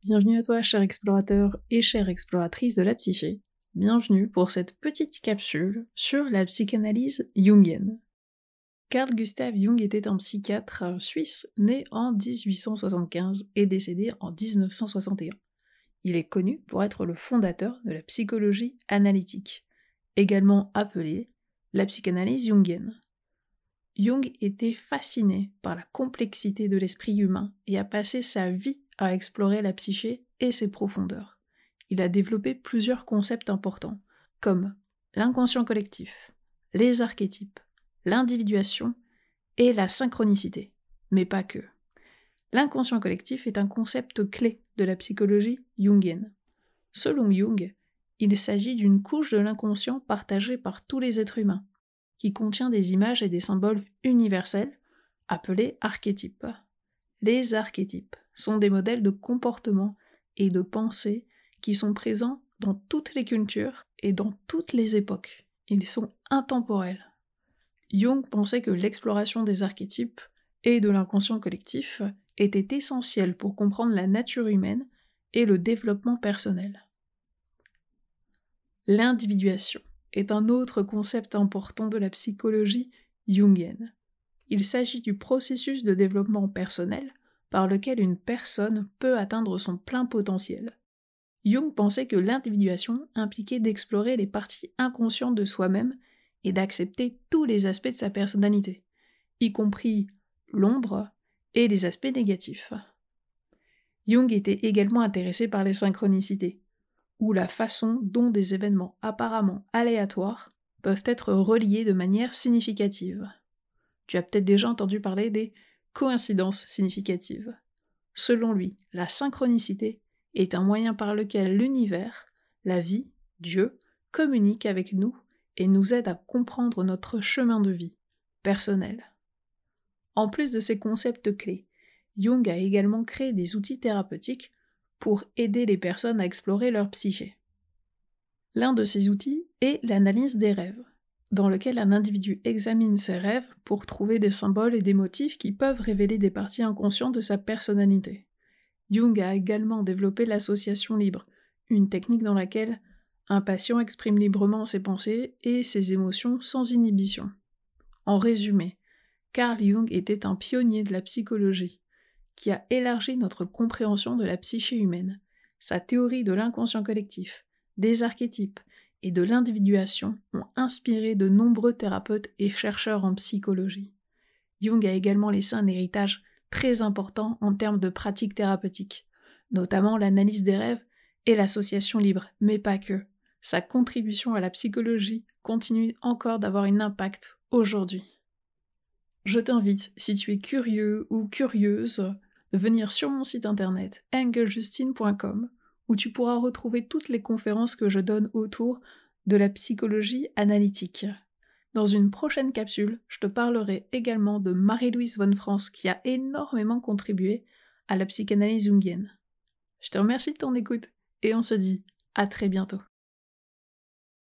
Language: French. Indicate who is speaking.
Speaker 1: Bienvenue à toi, cher explorateur et chère exploratrice de la psyché. Bienvenue pour cette petite capsule sur la psychanalyse jungienne. Carl Gustav Jung était un psychiatre suisse né en 1875 et décédé en 1961. Il est connu pour être le fondateur de la psychologie analytique, également appelée la psychanalyse jungienne. Jung était fasciné par la complexité de l'esprit humain et a passé sa vie à explorer la psyché et ses profondeurs. Il a développé plusieurs concepts importants, comme l'inconscient collectif, les archétypes, l'individuation et la synchronicité, mais pas que. L'inconscient collectif est un concept clé de la psychologie jungienne. Selon Jung, il s'agit d'une couche de l'inconscient partagée par tous les êtres humains, qui contient des images et des symboles universels, appelés archétypes. Les archétypes sont des modèles de comportement et de pensée qui sont présents dans toutes les cultures et dans toutes les époques. Ils sont intemporels. Jung pensait que l'exploration des archétypes et de l'inconscient collectif était essentielle pour comprendre la nature humaine et le développement personnel. L'individuation est un autre concept important de la psychologie jungienne. Il s'agit du processus de développement personnel par lequel une personne peut atteindre son plein potentiel. Jung pensait que l'individuation impliquait d'explorer les parties inconscientes de soi-même et d'accepter tous les aspects de sa personnalité, y compris l'ombre et les aspects négatifs. Jung était également intéressé par les synchronicités, ou la façon dont des événements apparemment aléatoires peuvent être reliés de manière significative. Tu as peut-être déjà entendu parler des coïncidences significatives. Selon lui, la synchronicité est un moyen par lequel l'univers, la vie, Dieu, communique avec nous et nous aide à comprendre notre chemin de vie, personnel. En plus de ces concepts clés, Jung a également créé des outils thérapeutiques pour aider les personnes à explorer leur psyché. L'un de ces outils est l'analyse des rêves, dans lequel un individu examine ses rêves pour trouver des symboles et des motifs qui peuvent révéler des parties inconscientes de sa personnalité. Jung a également développé l'association libre, une technique dans laquelle un patient exprime librement ses pensées et ses émotions sans inhibition. En résumé, Carl Jung était un pionnier de la psychologie, qui a élargi notre compréhension de la psyché humaine. Sa théorie de l'inconscient collectif, des archétypes et de l'individuation ont inspiré de nombreux thérapeutes et chercheurs en psychologie. Jung a également laissé un héritage très important en termes de pratiques thérapeutiques, notamment l'analyse des rêves et l'association libre, mais pas que. Sa contribution à la psychologie continue encore d'avoir un impact aujourd'hui. Je t'invite, si tu es curieux ou curieuse, de venir sur mon site internet angelJustine.com où tu pourras retrouver toutes les conférences que je donne autour de la psychologie analytique. Dans une prochaine capsule, je te parlerai également de Marie-Louise von Franz qui a énormément contribué à la psychanalyse jungienne. Je te remercie de ton écoute et on se dit à très bientôt.